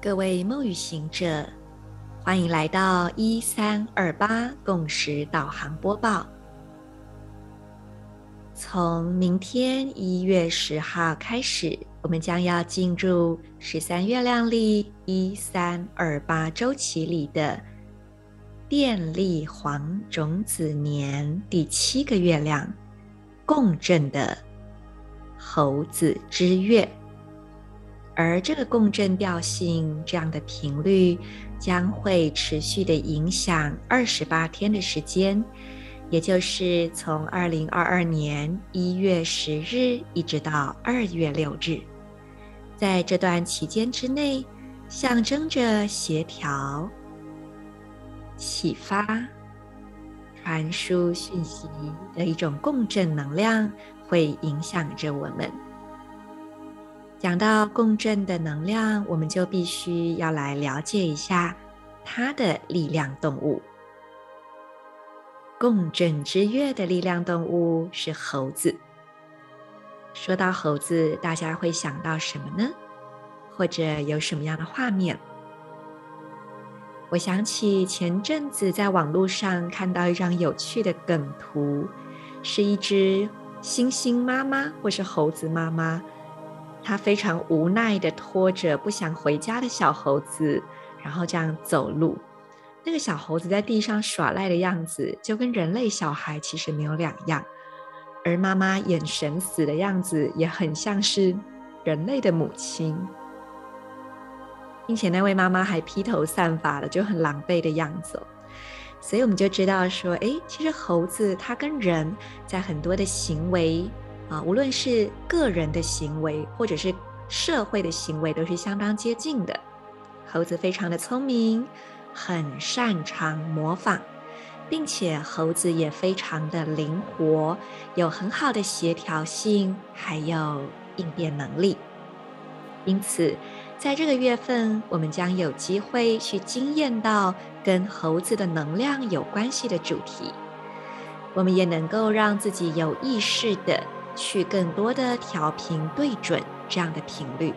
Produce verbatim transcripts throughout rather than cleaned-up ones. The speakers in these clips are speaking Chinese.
各位梦语行者，欢迎来到一三二八共识导航播报。从明天一月十号开始，我们将要进入十三月亮历一三二八周期里的电力黄种子年第七个月亮，共振的猴子之月。而这个共振调性这样的频率将会持续的影响二十八天的时间，也就是从二零二二年一月十日一直到二月六日。在这段期间之内，象征着协调、启发、传输讯息的一种共振能量会影响着我们。讲到共振的能量，我们就必须要来了解一下它的力量动物。共振之月的力量动物是猴子。说到猴子，大家会想到什么呢？或者有什么样的画面？我想起前阵子在网络上看到一张有趣的梗图，是一只猩猩妈妈或是猴子妈妈，他非常无奈地拖着不想回家的小猴子，然后这样走路。那个小猴子在地上耍赖的样子，就跟人类小孩其实没有两样。而妈妈眼神死的样子，也很像是人类的母亲。并且那位妈妈还披头散发的，就很狼狈的样子。所以我们就知道说，诶，其实猴子它跟人在很多的行为啊，无论是个人的行为或者是社会的行为，都是相当接近的。猴子非常的聪明，很擅长模仿，并且猴子也非常的灵活，有很好的协调性，还有应变能力。因此，在这个月份，我们将有机会去经验到跟猴子的能量有关系的主题。我们也能够让自己有意识的去更多的调频对准这样的频率。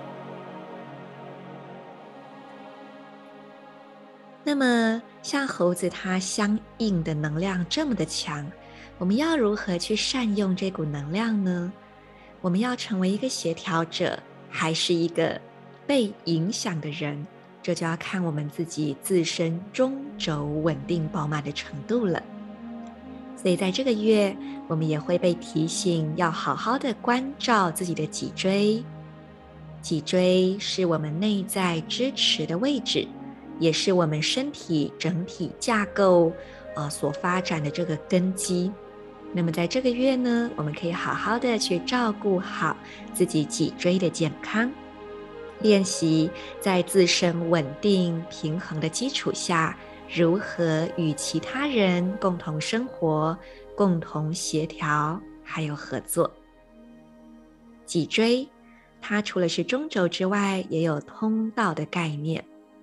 那么，像猴子它相应的能量这么的强，我们要如何去善用这股能量呢？我们要成为一个协调者，还是一个被影响的人，这就要看我们自己自身中轴稳定饱满的程度了。所以在这个月，我们也会被提醒要好好的关照自己的脊椎。脊椎是我们内在支持的位置，也是我们身体整体架构呃所发展的这个根基。那么在这个月呢，我们可以好好的去照顾好自己脊椎的健康，练习在自身稳定平衡的基础下，如何与其他人共同生活、共同协调，还有合作。脊椎它除了是中轴之外，也有通道的概念。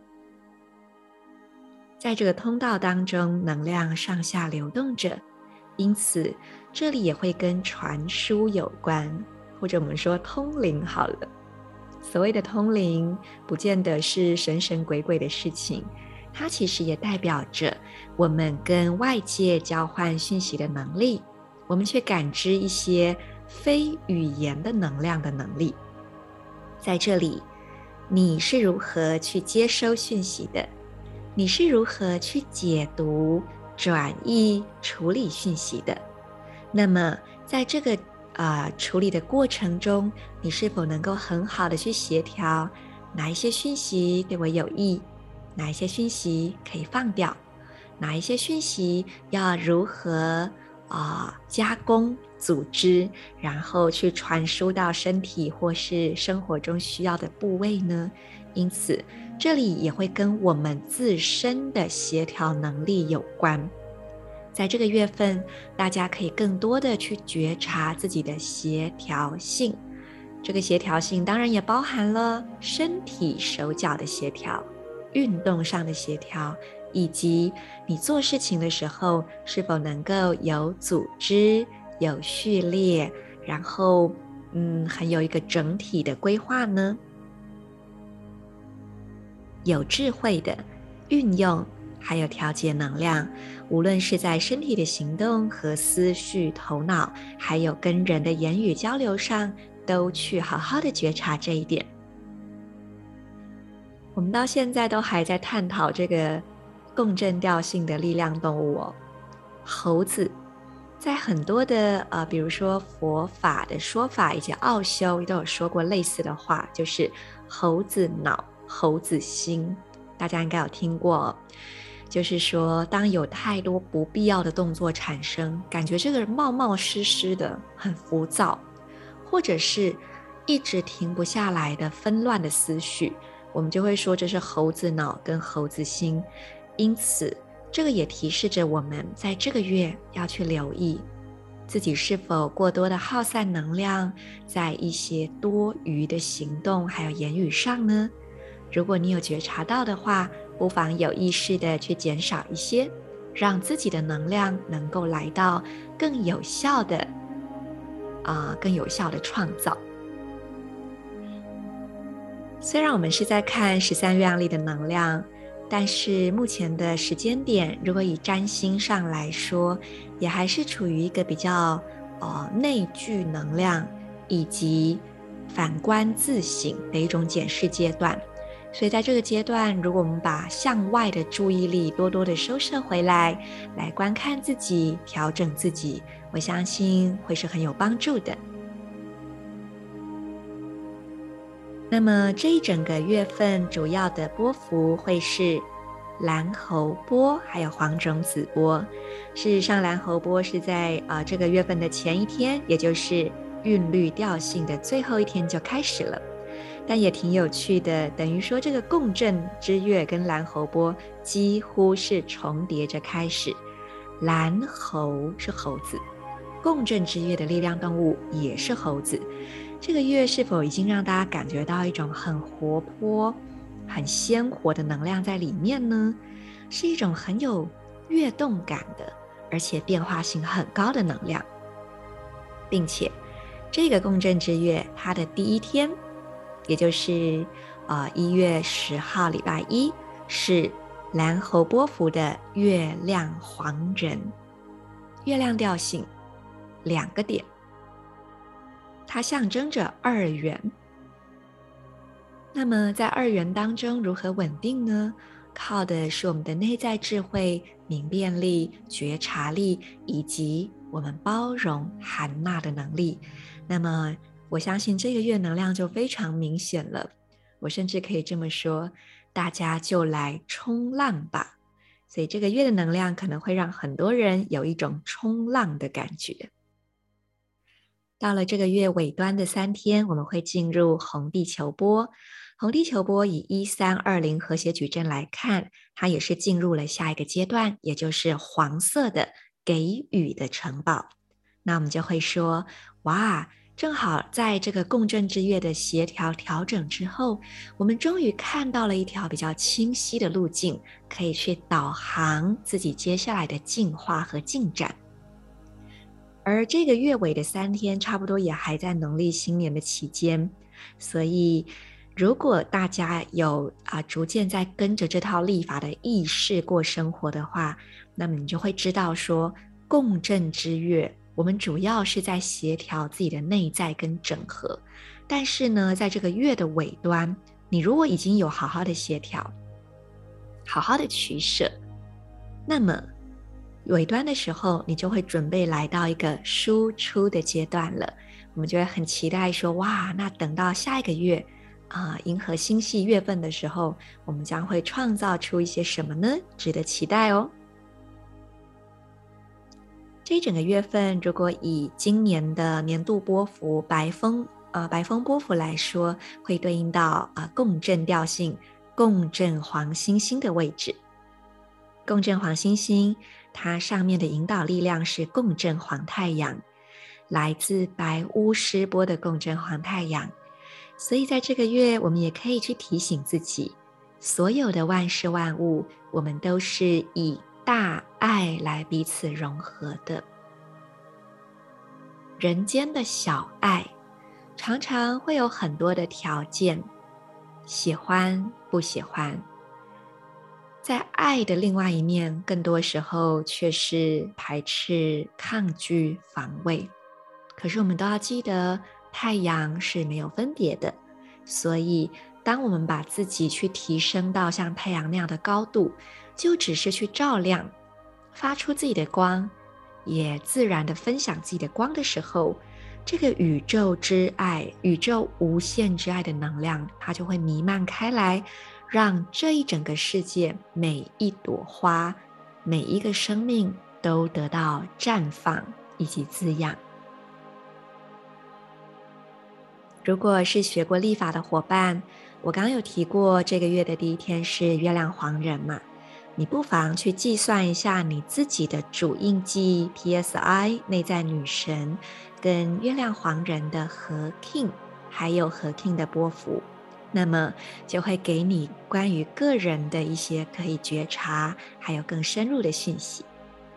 在这个通道当中，能量上下流动着，因此这里也会跟传输有关，或者我们说通灵好了。所谓的通灵，不见得是神神鬼鬼的事情，它其实也代表着我们跟外界交换讯息的能力，我们去感知一些非语言的能量的能力。在这里，你是如何去接收讯息的？你是如何去解读、转译、处理讯息的？那么，在这个呃处理的过程中，你是否能够很好的去协调哪一些讯息对我有益，哪一些讯息可以放掉，哪一些讯息要如何啊、呃、加工、组织，然后去传输到身体或是生活中需要的部位呢？因此，这里也会跟我们自身的协调能力有关。在这个月份，大家可以更多的去觉察自己的协调性。这个协调性当然也包含了身体手脚的协调、运动上的协调，以及你做事情的时候是否能够有组织、有序列，然后嗯，很有一个整体的规划呢？ 有智慧的运用还有调节能量，无论是在身体的行动和思绪头脑，还有跟人的言语交流上，都去好好的觉察这一点。我们到现在都还在探讨这个共振调性的力量动物哦。猴子在很多的呃，比如说佛法的说法以及奥修都有说过类似的话，就是猴子脑猴子心，大家应该有听过哦。就是说当有太多不必要的动作产生，感觉这个人冒冒失失的很浮躁，或者是一直停不下来的纷乱的思绪，我们就会说这是猴子脑跟猴子心。因此这个也提示着我们在这个月要去留意自己是否过多的耗散能量在一些多余的行动还有言语上呢？如果你有觉察到的话，不妨有意识的去减少一些，让自己的能量能够来到更有效的啊、呃，更有效的创造。虽然我们是在看十三月亮历的能量，但是目前的时间点，如果以占星上来说，也还是处于一个比较呃内聚能量以及反观自省的一种检视阶段。所以在这个阶段，如果我们把向外的注意力多多的收摄回来，来观看自己，调整自己，我相信会是很有帮助的。那么这一整个月份主要的波符会是蓝猴波还有黄种子波。事实上蓝猴波是在、呃、这个月份的前一天，也就是韵律调性的最后一天就开始了，但也挺有趣的，等于说这个共振之月跟蓝猴波几乎是重叠着开始。蓝猴是猴子，共振之月的力量动物也是猴子。这个月是否已经让大家感觉到一种很活泼很鲜活的能量在里面呢？是一种很有跃动感的，而且变化性很高的能量，并且这个共振之月它的第一天，也就是呃一月十号礼拜一，是蓝猴波符的月亮黄人，月亮调性两个点，它象征着二元。那么在二元当中如何稳定呢？靠的是我们的内在智慧、明辨力、觉察力，以及我们包容含纳的能力。那么我相信这个月能量就非常明显了，我甚至可以这么说，大家就来冲浪吧。所以这个月的能量可能会让很多人有一种冲浪的感觉。到了这个月尾端的三天，我们会进入红地球波。红地球波以一三二零和谐矩阵来看，它也是进入了下一个阶段，也就是黄色的给予的城堡。那我们就会说，哇，正好在这个共振之月的协调调整之后，我们终于看到了一条比较清晰的路径，可以去导航自己接下来的进化和进展。而这个月尾的三天差不多也还在农历新年的期间，所以如果大家有啊、呃、逐渐在跟着这套历法的意识过生活的话，那么你就会知道说，共振之月我们主要是在协调自己的内在跟整合，但是呢在这个月的尾端，你如果已经有好好的协调，好好的取舍，那么尾端的时候，你就会准备来到一个输出的阶段了。我们就会很期待说，哇，那等到下一个月啊、呃，银河星系月份的时候，我们将会创造出一些什么呢？值得期待哦。这一整个月份，如果以今年的年度波符白风呃白风波符来说，会对应到啊、呃、共振调性共振黄星星的位置。共振黄星星，它上面的引导力量是共振黄太阳，来自白巫师波的共振黄太阳。所以在这个月，我们也可以去提醒自己，所有的万事万物，我们都是以大爱来彼此融合的。人间的小爱，常常会有很多的条件，喜欢不喜欢， 在爱的另外一面，更多时候却是排斥、抗拒、防卫。可是我们都要记得，太阳是没有分别的，所以当我们把自己去提升到像太阳那样的高度，就只是去照亮，发出自己的光，也自然的分享自己的光的时候，这个宇宙之爱，宇宙无限之爱的能量，它就会弥漫开来，让这一整个世界每一朵花，每一个生命都得到绽放以及滋养。如果是学过历法的伙伴，我刚刚有提过这个月的第一天是月亮黄人嘛，你不妨去计算一下你自己的主印记 P S I 内在女神跟月亮黄人的合 King 还有合 King 的波幅，那么就会给你关于个人的一些可以觉察还有更深入的讯息。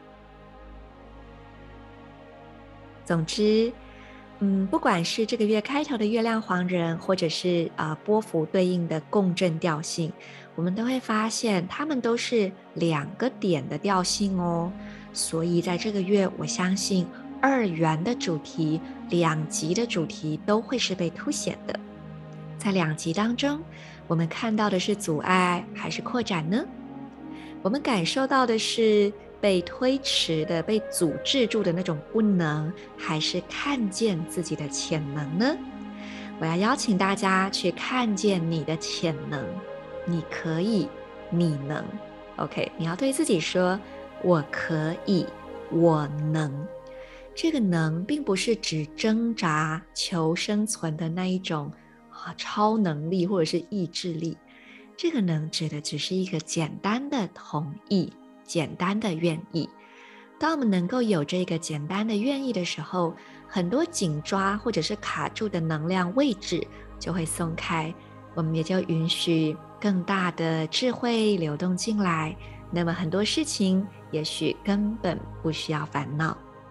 总之嗯，不管是这个月开头的月亮黄人，或者是呃波幅对应的共振调性，我们都会发现它们都是两个点的调性哦。所以在这个月，我相信二元的主题、两极的主题都会是被凸显的。在两极当中，我们看到的是阻碍还是扩展呢？我们感受到的是被推迟的、被阻滞住的那种不能，还是看见自己的潜能呢？我要邀请大家去看见你的潜能，你可以，你能。OK， 你要对自己说：“我可以，我能。”这个能并不是指挣扎求生存的那一种啊超能力或者是意志力。这个能指的只是一个简单的同意，简单的愿意。当我们能够有这个简单的愿意的时候，很多紧抓或者是卡住的能量位置就会松开，我们也就允许更大的智慧流动进来，那么很多事情也许根本不需要烦恼。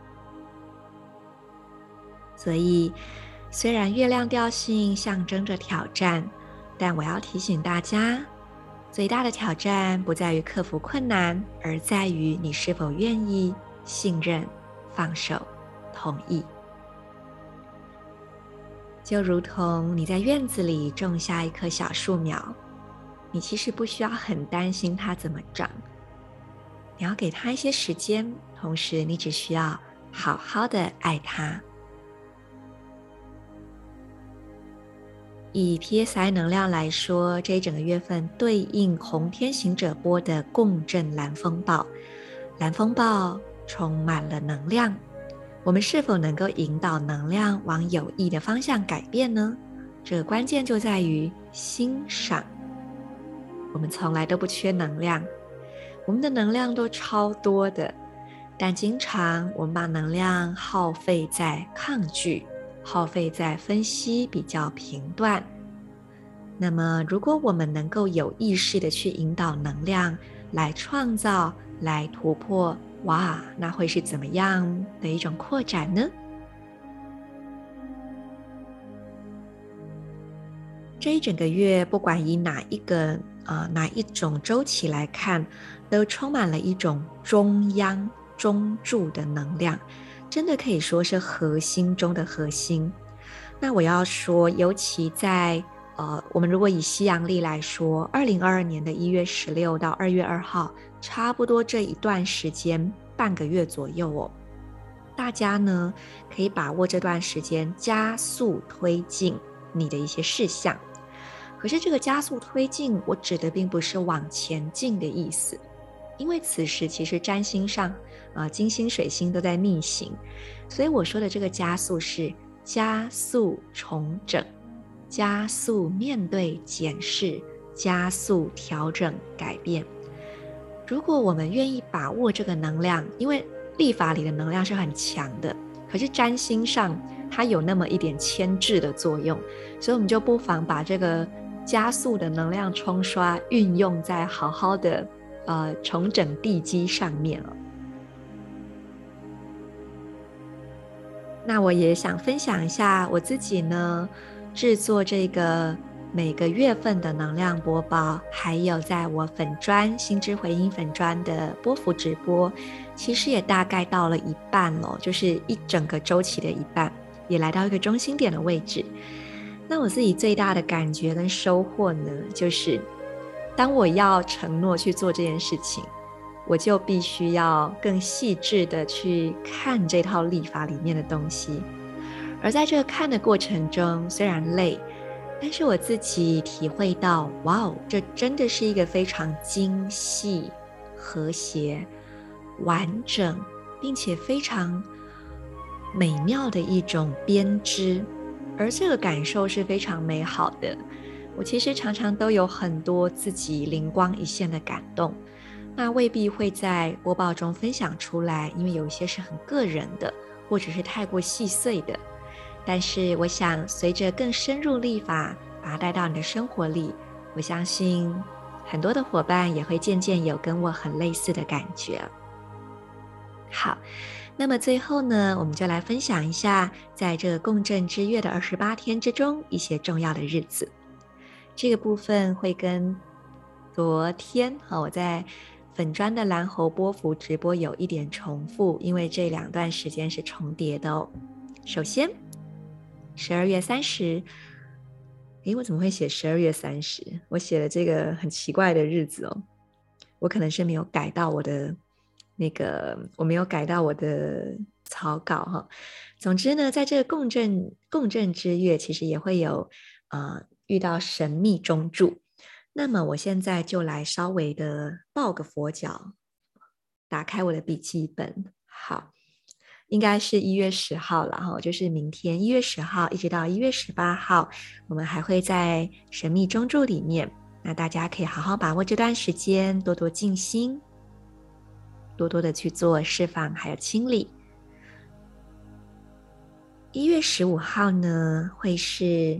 所以虽然月亮调性象征着挑战，但我要提醒大家，最大的挑战不在于克服困难，而在于你是否愿意信任、放手、同意。就如同你在院子里种下一棵小树苗，你其实不需要很担心它怎么长，你要给它一些时间，同时你只需要好好的爱它。以 P S I 能量来说，这一整个月份对应红天行者波的共振蓝风暴，蓝风暴充满了能量，我们是否能够引导能量往有益的方向改变呢？这个关键就在于欣赏。我们从来都不缺能量，我们的能量都超多的，但经常我们把能量耗费在抗拒，耗费在分析、比较、评断。那么如果我们能够有意识的去引导能量来创造、来突破，哇，那会是怎么样的一种扩展呢？这一整个月，不管以哪一个呃哪一种周期来看，都充满了一种中央中柱的能量，真的可以说是核心中的核心。那我要说，尤其在呃，我们如果以西洋历来说，二零二二年的一月十六到二月二号，差不多这一段时间，半个月左右哦。大家呢可以把握这段时间，加速推进你的一些事项。可是这个加速推进，我指的并不是往前进的意思，因为此时其实占星上，呃，金星、水星都在逆行，所以我说的这个加速是加速重整，加速面对检视，加速调整改变。如果我们愿意把握这个能量，因为历法里的能量是很强的，可是占星上它有那么一点牵制的作用，所以我们就不妨把这个加速的能量冲刷运用在好好的呃重整地基上面了。那我也想分享一下我自己呢制作这个每个月份的能量播报，还有在我粉专心之回音粉专的波幅直播，其实也大概到了一半了，就是一整个周期的一半，也来到一个中心点的位置。那我自己最大的感觉跟收获呢，就是当我要承诺去做这件事情，我就必须要更细致的去看这套历法里面的东西。而在这个看的过程中，虽然累，但是我自己体会到，哇哦，这真的是一个非常精细、和谐、完整，并且非常美妙的一种编织，而这个感受是非常美好的。我其实常常都有很多自己灵光一现的感动，那未必会在播报中分享出来，因为有一些是很个人的，或者是太过细碎的。但是我想随着更深入历法把它带到你的生活里，我相信很多的伙伴也会渐渐有跟我很类似的感觉。好，那么最后呢，我们就来分享一下在这个共振之月的二十八天之中一些重要的日子。这个部分会跟昨天我在粉专的蓝猴波幅直播有一点重复，因为这两段时间是重叠的哦。首先十二月三十，诶，我怎么会写十二月三十？我写了这个很奇怪的日子哦，我可能是没有改到我的那个，我没有改到我的草稿哈。总之呢，在这个共振共振之月，其实也会有呃遇到神秘中柱。那么我现在就来稍微的抱个佛脚，打开我的笔记本，好。应该是一月十号了哈，就是明天一月十号一直到一月十八号，我们还会在神秘中柱里面。那大家可以好好把握这段时间，多多静心，多多的去做释放还有清理。一月十五号呢，会是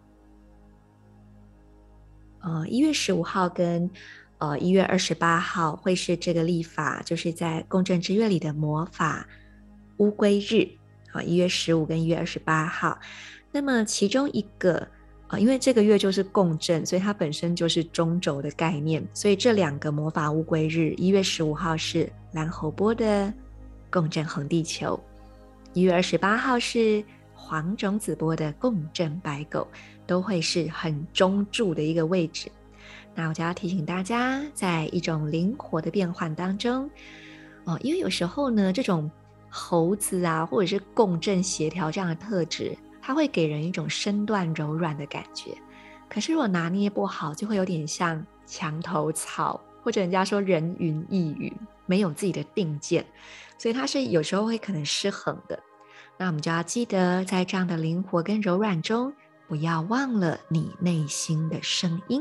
呃一月十五号跟呃一月二十八号会是这个历法，就是在共振之月里的魔法乌龟日，好，一月十五跟一月二十八号。那么其中一个呃，因为这个月就是共振，所以它本身就是中轴的概念，所以这两个魔法乌龟日，一月十五号是蓝猴波的共振红地球，一月二十八号是黄种子波的共振白狗，都会是很中柱的一个位置。那我就要提醒大家，在一种灵活的变换当中，哦，因为有时候呢，这种猴子啊，或者是共振协调这样的特质，它会给人一种身段柔软的感觉。可是如果拿捏不好，就会有点像墙头草，或者人家说人云亦云，没有自己的定见，所以它是有时候会可能失衡的。那我们就要记得，在这样的灵活跟柔软中，不要忘了你内心的声音。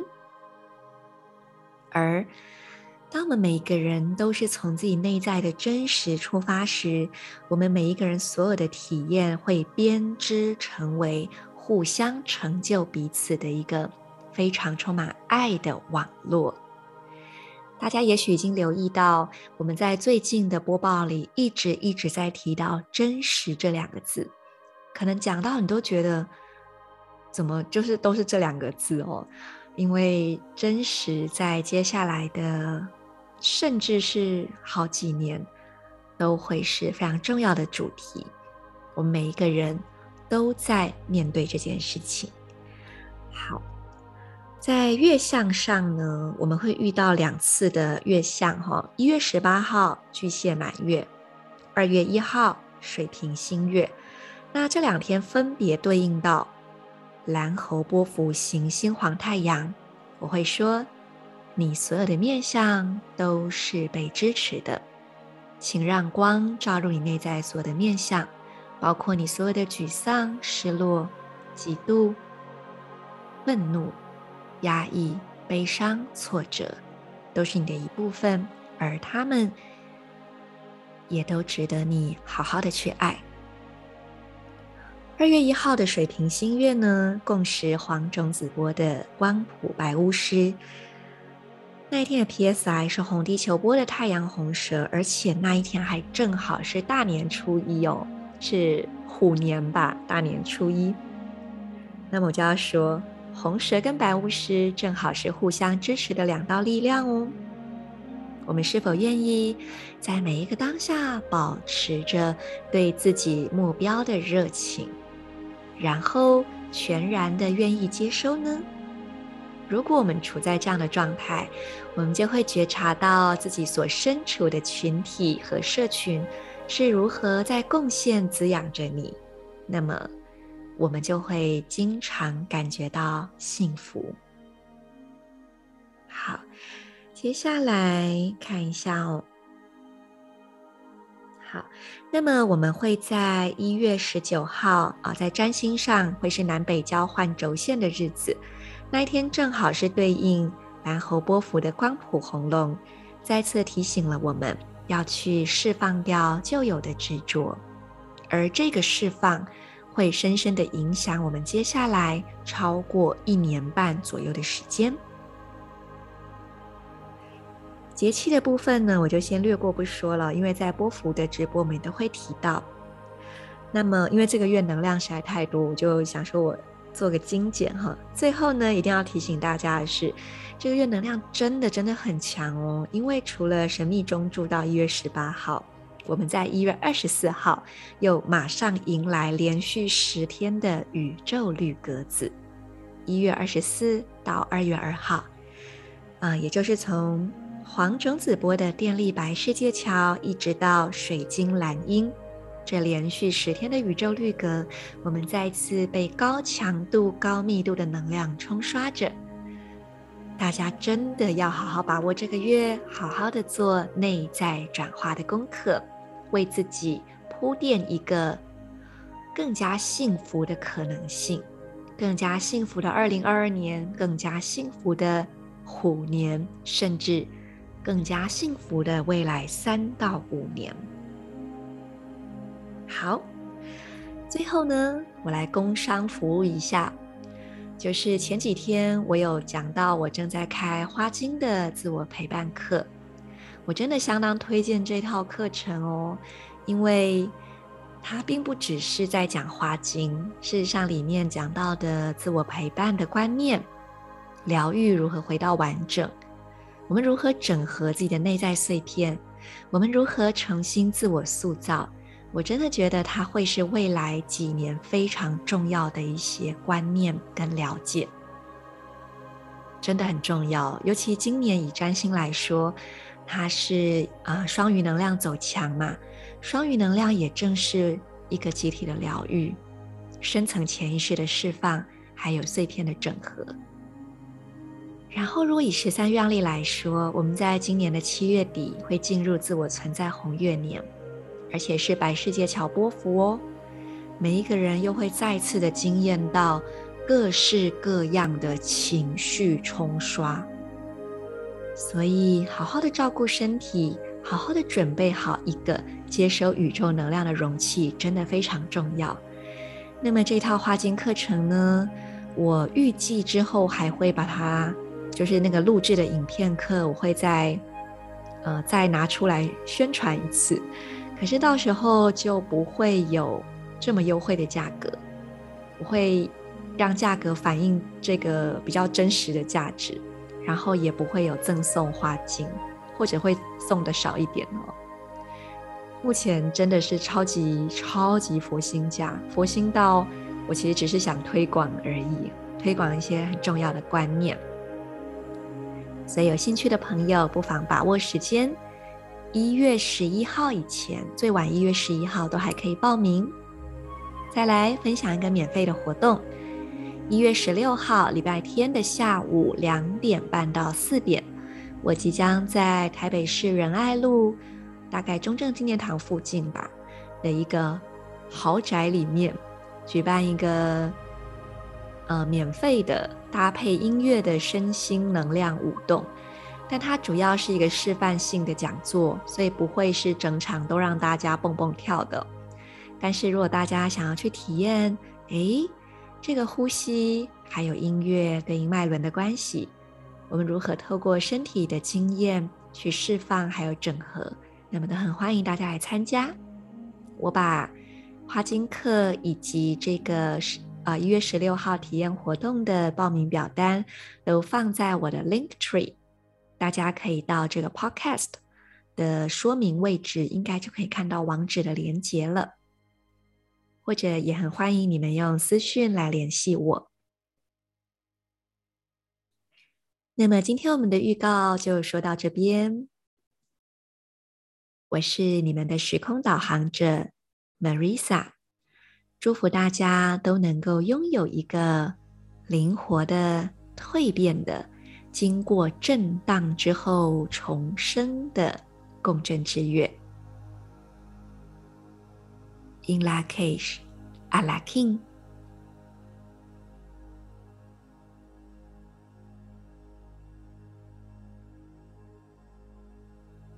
而当我们每一个人都是从自己内在的真实出发时，我们每一个人所有的体验会编织成为互相成就彼此的一个非常充满爱的网络。大家也许已经留意到，我们在最近的播报里一直一直在提到真实这两个字，可能讲到你都觉得怎么就是都是这两个字哦，因为真实在接下来的甚至是好几年都会是非常重要的主题，我们每一个人都在面对这件事情。好，在月相上呢，我们会遇到两次的月相哈，一月十八号巨蟹满月，二月一号水瓶新月。那这两天分别对应到蓝猴波符行星黄太阳，我会说你所有的面向都是被支持的，请让光照入你内在所有的面向，包括你所有的沮丧、失落、嫉妒、愤怒、压抑、悲伤、挫折，都是你的一部分，而他们也都值得你好好的去爱。二月一号的水瓶新月呢，共识黄种子波的光谱白巫师。那一天的 P S I 是红地球波的太阳红蛇，而且那一天还正好是大年初一哦，是虎年吧，大年初一。那么我就要说， 红蛇跟白巫师正好是互相支持的两道力量哦。我们是否愿意在每一个当下保持着对自己目标的热情，然后全然的愿意接收呢？如果我们处在这样的状态，我们就会觉察到自己所身处的群体和社群是如何在贡献滋养着你，那么我们就会经常感觉到幸福。好，接下来看一下哦。好，那么我们会在一月十九号啊，在占星上会是南北交换轴线的日子，那一天正好是对应蓝猴波符的光谱红龙，再次提醒了我们要去释放掉旧有的执着，而这个释放会深深的影响我们接下来超过一年半左右的时间。节气的部分呢，我就先略过不说了，因为在波符的直播我们也都会提到。那么因为这个月能量实在太多，我就想说我做个精简哈。最后呢，一定要提醒大家的是，这个月能量真的真的很强哦，因为除了神秘中柱到一月十八号，我们在一月二十四号又马上迎来连续十天的宇宙绿格子，一月二十四到二月二号，啊、呃，也就是从黄种子波的电力白世界桥一直到水晶蓝鹰，这连续十天的宇宙绿格，我们再次被高强度高密度的能量冲刷着。大家真的要好好把握这个月，好好的做内在转化的功课，为自己铺垫一个更加幸福的可能性，更加幸福的二零二二年，更加幸福的虎年，甚至更加幸福的未来三到五年。好，最后呢，我来工商服务一下，就是前几天我有讲到我正在开花精的自我陪伴课，我真的相当推荐这套课程哦，因为它并不只是在讲花精，事实上里面讲到的自我陪伴的观念，疗愈如何回到完整，我们如何整合自己的内在碎片，我们如何重新自我塑造，我真的觉得它会是未来几年非常重要的一些观念跟了解，真的很重要。尤其今年以占星来说，它是呃双鱼能量走强嘛，双鱼能量也正是一个集体的疗愈，深层潜意识的释放，还有碎片的整合。然后如果以十三月亮历来说，我们在今年的七月底会进入自我存在红月年，而且是白世界桥波符哦，每一个人又会再次的经验到各式各样的情绪冲刷，所以好好的照顾身体，好好的准备好一个接收宇宙能量的容器，真的非常重要。那么这套花精课程呢，我预计之后还会把它就是那个录制的影片课，我会再呃再拿出来宣传一次，可是到时候就不会有这么优惠的价格，我会让价格反映这个比较真实的价值，然后也不会有赠送花精，或者会送的少一点哦。目前真的是超级超级佛心价，佛心到我其实只是想推广而已，推广一些很重要的观念。所以有兴趣的朋友不妨把握时间，一月十一号以前，最晚一月十一号都还可以报名。再来分享一个免费的活动，一月十六号礼拜天的下午两点半到四点，我即将在台北市仁爱路大概中正纪念堂附近吧的一个豪宅里面举办一个呃免费的搭配音乐的身心能量舞动，但它主要是一个示范性的讲座，所以不会是整场都让大家蹦蹦跳的。但是如果大家想要去体验诶这个呼吸还有音乐跟阴脉轮的关系，我们如何透过身体的经验去释放还有整合，那么都很欢迎大家来参加。我把花精课以及这个呃一月十六号体验活动的报名表单都放在我的 Linktree， 大家可以到这个 Podcast 的说明位置，应该就可以看到网址的连结了。或者也很欢迎你们用私讯来联系我。那么今天我们的预告就说到这边。我是你们的时空导航者 Marisa， 祝福大家都能够拥有一个灵活的、蜕变的、经过震荡之后重生的共振之月。In Lak'ech, Ala K'in